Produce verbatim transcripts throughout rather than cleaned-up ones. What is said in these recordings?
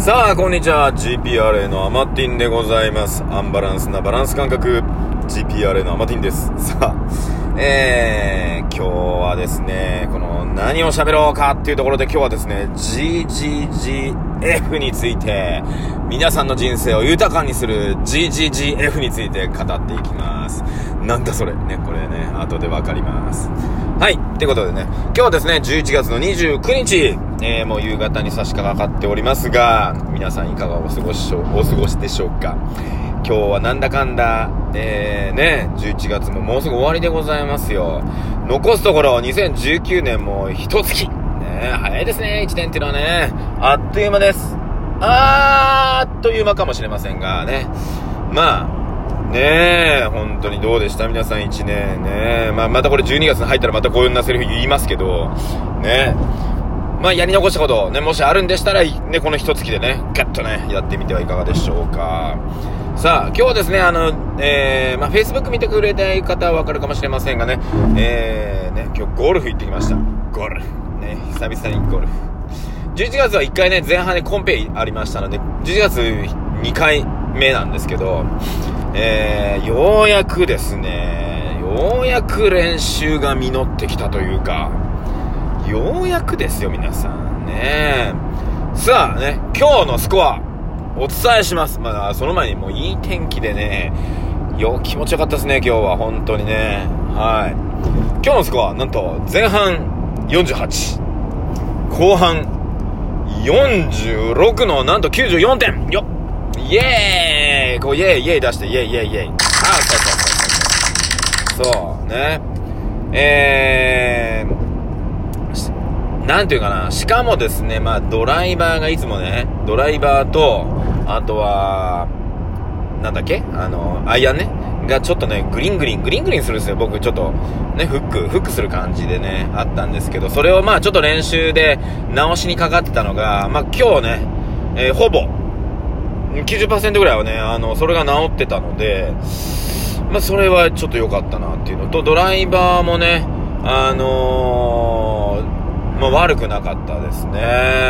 さあこんにちは、 ジーピーアールエー のアマティンでございます。アンバランスなバランス感覚 ジーピーアールエー のアマティンです。さあえー、今日はですね、この何を喋ろうかっていうところで、今日はですね ジージージーエフ について、皆さんの人生を豊かにする ジージージーエフ について語っていきます。なんだそれね、これね後でわかります。はい、ってことでね、今日はですねじゅういちがつのにじゅうくにち、えー、もう夕方に差し掛かっておりますが、皆さんいかがお過ごしお過ごしでしょうか。今日はなんだかんだ、えー、ねじゅういちがつももうすぐ終わりでございますよ。残すところにせんじゅうきゅうねんも一月ね、早いですね。いちねんっていうのはね、あっという間です。あーっという間かもしれませんがね、まあねえ、本当にどうでした皆さんいちねんね。まあまたこれじゅうにがつに入ったらまたこんなセリフ言いますけどね、まあやり残したことね、もしあるんでしたらね、この一月でねガッとねやってみてはいかがでしょうか。さあ今日はですね、あのえー、まあ Facebook 見てくれている方はわかるかもしれませんがね、えーね今日ゴルフ行ってきました。ゴルフね、久々にゴルフ。じゅういちがつはいっかいね前半でコンペありましたので、じゅういちがつにかいめなんですけど、えー、ようやくですね、ようやく練習が実ってきたというか、ようやくですよ皆さんね。さあね、今日のスコアお伝えします。まあその前にもういい天気でね、よ気持ちよかったですね今日は本当にね。はい。今日のスコアなんと前半よんじゅうはち、後半よんじゅうろくのなんときゅうじゅうよんてんよっ。イエーイ、こうイエーイイエーイ出してイエーイイエーイイエーイ。ああそうそうそうそうそうね。えー、なんていうかな、しかもですね、まあドライバーがいつもね、ドライバーとあとはなんだっけ、あのアイアンねがちょっとねグリングリングリングリンするんですよ。僕ちょっとねフックフックする感じでねあったんですけど、それをまあちょっと練習で直しにかかってたのが、まあ今日ね、えー、ほぼきゅうじゅっパーセント ぐらいはね、あのそれが治ってたので、まあそれはちょっと良かったなっていうのと、ドライバーもねあのー、まあ悪くなかったですね。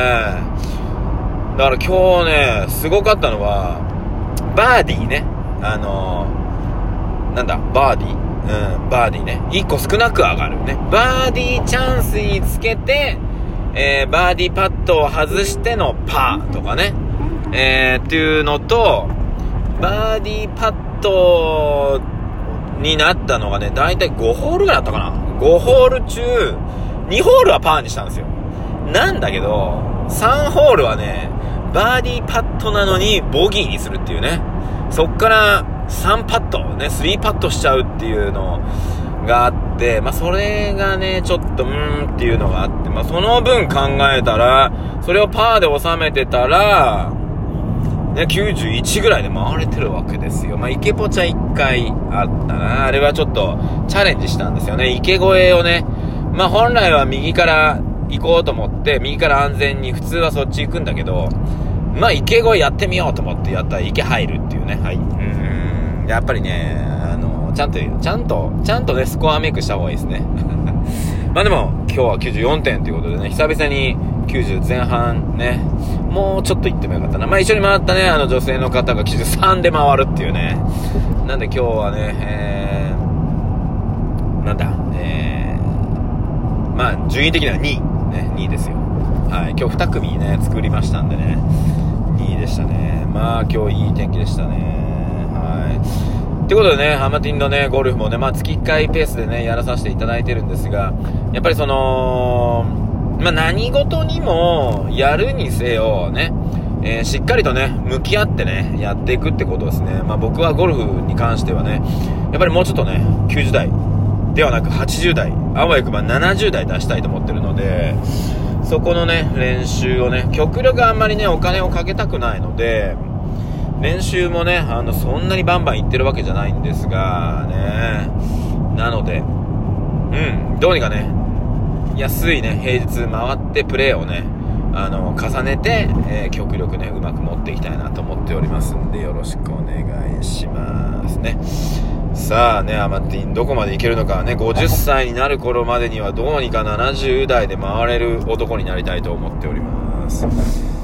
だから今日ねすごかったのはバーディーね、あのー、なんだバーディーうんバーディーね、いっこ少なく上がるね、バーディーチャンスにつけて、えー、バーディーパットを外してのパーとかね、えー、っていうのと、バーディーパットになったのがね、だいたいごホールぐらいだったかな。ごホール中にホールはパーにしたんですよ。なんだけどさんホールはねバーディーパットなのにボギーにするっていうね、そっからさんパットねさんパットしちゃうっていうのがあって、まあそれがねちょっとうーんっていうのがあって、まあその分考えたら、それをパーで収めてたらね、きゅうじゅういちぐらいで回れてるわけですよ。まあ池ポチャいっかいあったな。あれはちょっとチャレンジしたんですよね。池越えをね、まあ本来は右から行こうと思って、右から安全に普通はそっち行くんだけど、まあ池越えやってみようと思ってやったら池入るっていうね。はい。うーん、やっぱりね、あのちゃんとちゃんとちゃんとねスコアメイクした方がいいですね。まあでも今日はきゅうじゅうよんてんということでね、久々にきゅうじゅう前半ね、もうちょっと行ってもよかったな。まあ一緒に回ったねあの女性の方がきゅうじゅうさんで回るっていうね。なんで今日はね、えー、なんだ、えー、まあ順位的にはにいね、にいですよ。はい、今日に組ね作りましたんでね、にいでしたね。まあ今日いい天気でしたね。はい。ということでね、ハマティンのねゴルフもね、まあ月いっかいペースでねやらさせていただいてるんですが、やっぱりそのまあ何事にもやるにせよね、えー、しっかりとね向き合ってねやっていくってことですね。まあ僕はゴルフに関してはね、やっぱりもうちょっとねきゅうじゅうだいではなくはちじゅうだい、あわよくばななじゅうだい出したいと思ってるので、そこのね練習をね極力あんまりねお金をかけたくないので、練習もねあのそんなにバンバン行ってるわけじゃないんですがね、なのでうんどうにかね安いね平日回ってプレーをねあの重ねて、えー、極力ねうまく持っていきたいなと思っておりますんで、よろしくお願いしますね。さあね、アマティンどこまでいけるのかね、ごじゅっさいになる頃までにはどうにかななじゅうだいで回れる男になりたいと思っております。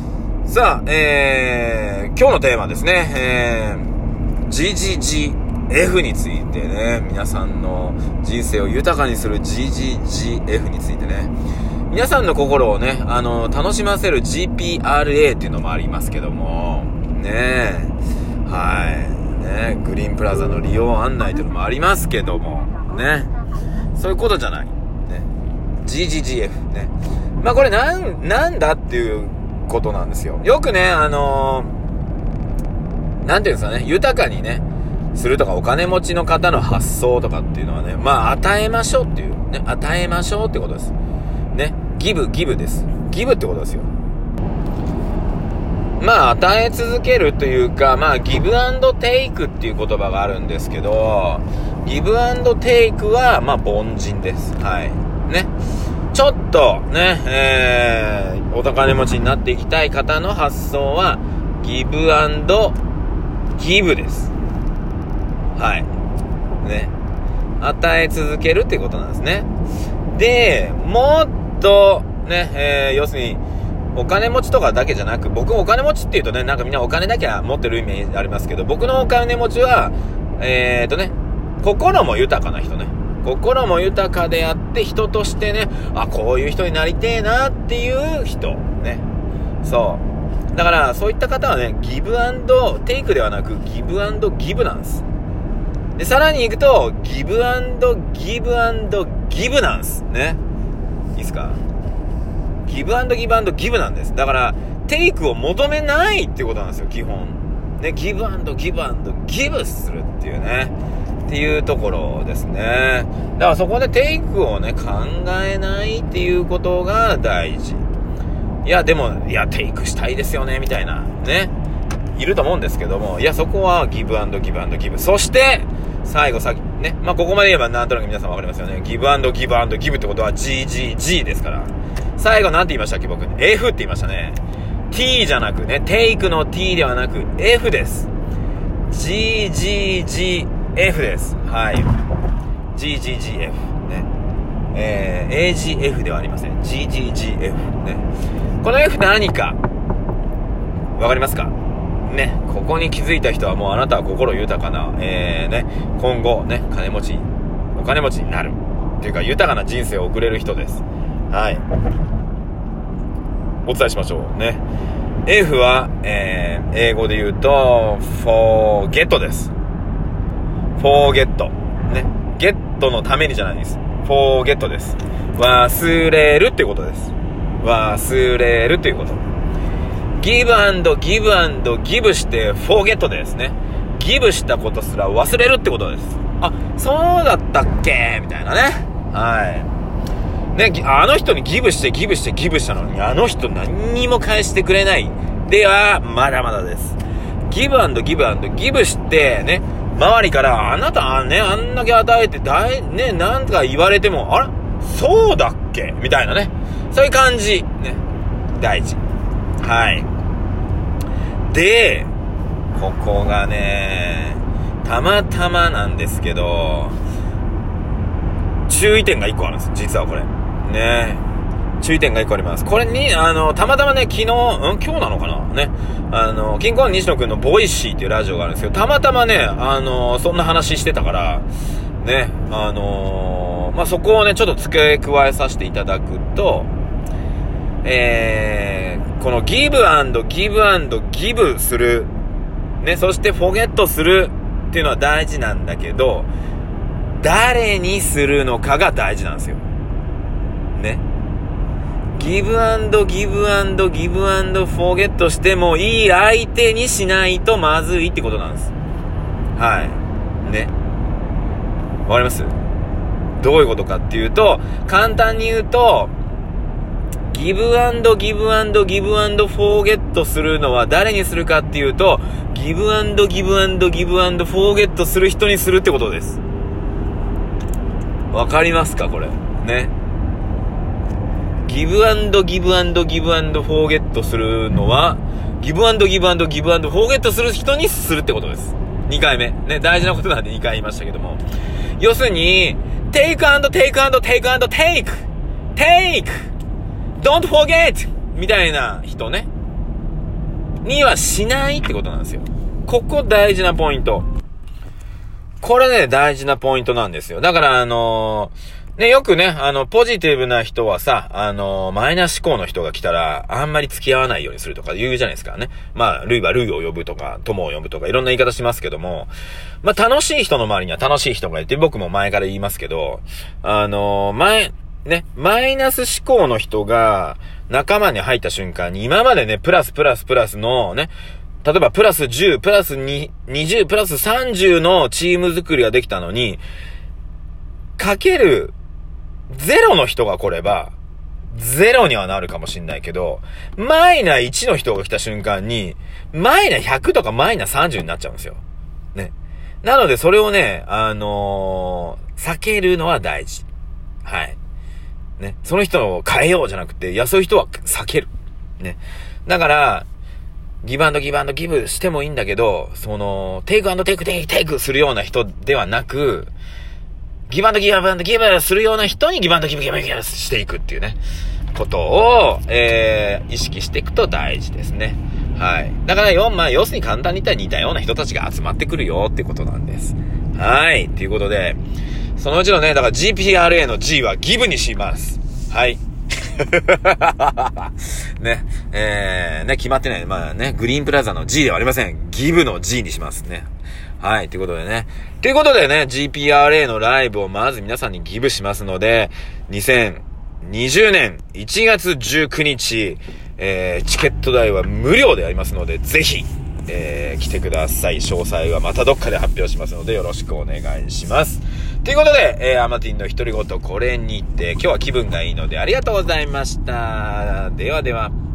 さあ、えー、今日のテーマですね、えー、ジージージーエフ についてね、皆さんの人生を豊かにする ジージージーエフ についてね、皆さんの心をね、あの、楽しませる ジーピーアールエー っていうのもありますけども、ねえ、はい、ね、グリーンプラザの利用案内というのもありますけども、ね、そういうことじゃない。ね、ジージージーエフ ね。まあこれなん、なんだっていうことなんですよ。よくね、あのー、なんていうんですかね、豊かにね、するとかお金持ちの方の発想とかっていうのはね、まあ与えましょうっていう、ね、与えましょうってことです。ね、ギブ、ギブです。ギブってことですよ。まあ与え続けるというか、まあギブアンドテイクっていう言葉があるんですけど、ギブアンドテイクはまあ凡人です。はい。ね。ちょっとね、えー、お金持ちになっていきたい方の発想はギブアンドギブです。はい。ね。与え続けるっていうことなんですね。で、もっとね、えー、要するにお金持ちとかだけじゃなく、僕お金持ちって言うとね、なんかみんなお金だけは持ってるイメージありますけど、僕のお金持ちは、えーとね、心も豊かな人ね。心も豊かであって人としてね、あ、こういう人になりてえなっていう人ね。そうだからそういった方はね、ギブアンドテイクではなくギブアンドギブなんです。でさらに行くとギブアンドギブアンドギブなんですね。いいですか？ギブアンドギブアンドギブなんです。だからテイクを求めないっていうことなんですよ、基本ね。ギブアンドギブアンドギブするっていうね、っていうところですね。だからそこでテイクをね、考えないっていうことが大事。いやでも、いやテイクしたいですよねみたいなね、いると思うんですけども、いやそこはギブアンドギブアンドギブ。そして最後さっきね、まあここまで言えばなんとなく皆さんわかりますよね。ギブアンドギブアンドギブってことは ジージージー ですから。最後なんて言いましたっけ、僕 F って言いましたね。 T じゃなくね、テイクの T ではなく F です。 ジージージーエフ です。はい。ジージージーエフ ね。えー、エージーエフ ではありません。ジージージーエフ ね。この F 何かわかりますかね。ここに気づいた人はもうあなたは心豊かな、えーね、今後ね、金持ち、お金持ちになるっていうか豊かな人生を送れる人です。はい。お伝えしましょうね。F は、えー、英語で言うと forget です。forget ね、ゲットのためにじゃないです。forget です。忘れるっていうことです。忘れるっていうこと。give and give and give して forget ですね。give したことすら忘れるってことです。あ、そうだったっけみたいなね。はいね、あの人にギブしてギブしてギブしたのにあの人何にも返してくれないではまだまだです。ギブアンドギブアンドギブしてね、周りからあなたね、あんだけ与えてだいね、なんとか言われても、あらそうだっけみたいなね、そういう感じね、大事。はい。でここがね、たまたまなんですけど注意点がいっこあるんです、実はこれね。注意点がいっこあります。これにあのたまたまね、昨日、うん、今日なのかなね、あのキングコング西野くんのボイシーっていうラジオがあるんですけど、たまたまね、あのそんな話してたからね、あのまあそこをねちょっと付け加えさせていただくと、えー、このギブアンドギブアンドギブするね、そしてフォゲットするっていうのは大事なんだけど、誰にするのかが大事なんですよね。ギブアンドギブアンドギブアンドフォーゲットしてもいい相手にしないとまずいってことなんです。はいね、わかります？どういうことかっていうと、簡単に言うと、ギブアンドギブアンドギブアンドフォーゲットするのは誰にするかっていうと、ギブアンドギブアンドギブアンドフォーゲットする人にするってことです。わかりますかこれね。ギブアンドギブアンドギブアンドフォーゲットするのは、ギブアンドギブアンドギブアンドフォーゲットする人にするってことです。にかいめね、大事なことなんでにかい言いましたけども、要するにテイクアンドテイクアンドテイクアンドテイクテイク Don't forget みたいな人ねにはしないってことなんですよ。ここ大事なポイント。これね、大事なポイントなんですよ。だから、あのー、ね、よくね、あの、ポジティブな人はさ、あのー、マイナス思考の人が来たら、あんまり付き合わないようにするとか言うじゃないですかね。まあ、ルイはルイを呼ぶとか、友を呼ぶとか、いろんな言い方しますけども、まあ、楽しい人の周りには楽しい人がいて、僕も前から言いますけど、あのー、前、ね、マイナス思考の人が仲間に入った瞬間に、今までね、プラスプラスプラスのね、例えばプラスじゅう、プラスにじゅう、プラスさんじゅうのチーム作りができたのに、かけるゼロの人が来れば、ゼロにはなるかもしんないけど、マイナいちの人が来た瞬間に、マイナひゃくとかマイナさんじゅうになっちゃうんですよ。ね。なのでそれをね、あのー、避けるのは大事。はい。ね。その人を変えようじゃなくて、いや、そういう人は避ける。ね。だから、ギブアンドギブアンドギブしてもいいんだけど、その、テイクアンドテイクテイクテイクするような人ではなく、ギブアンドギブアンドギブするような人にギブアンドギブギブギブしていくっていうね、ことを、えー、意識していくと大事ですね。はい。だからよ、まあ、要するに簡単に言ったら似たような人たちが集まってくるよってことなんです。はい。ということで、そのうちのね、だから ジーピーアールエー の G はギブにします。はい。ね、えー、ね、決まってない。まあね、グリーンプラザの G ではありません。ギブの G にしますね。はい、ということでね。ということでね、ジーピーアールエー のライブをまず皆さんにギブしますので、にせんにじゅうねんいちがつじゅうくにち、えー、チケット代は無料でありますので、ぜひ、えー、来てください。詳細はまたどっかで発表しますので、よろしくお願いします。ということで、えー、アマティンの独り言これにて、今日は気分がいいのでありがとうございました。ではでは。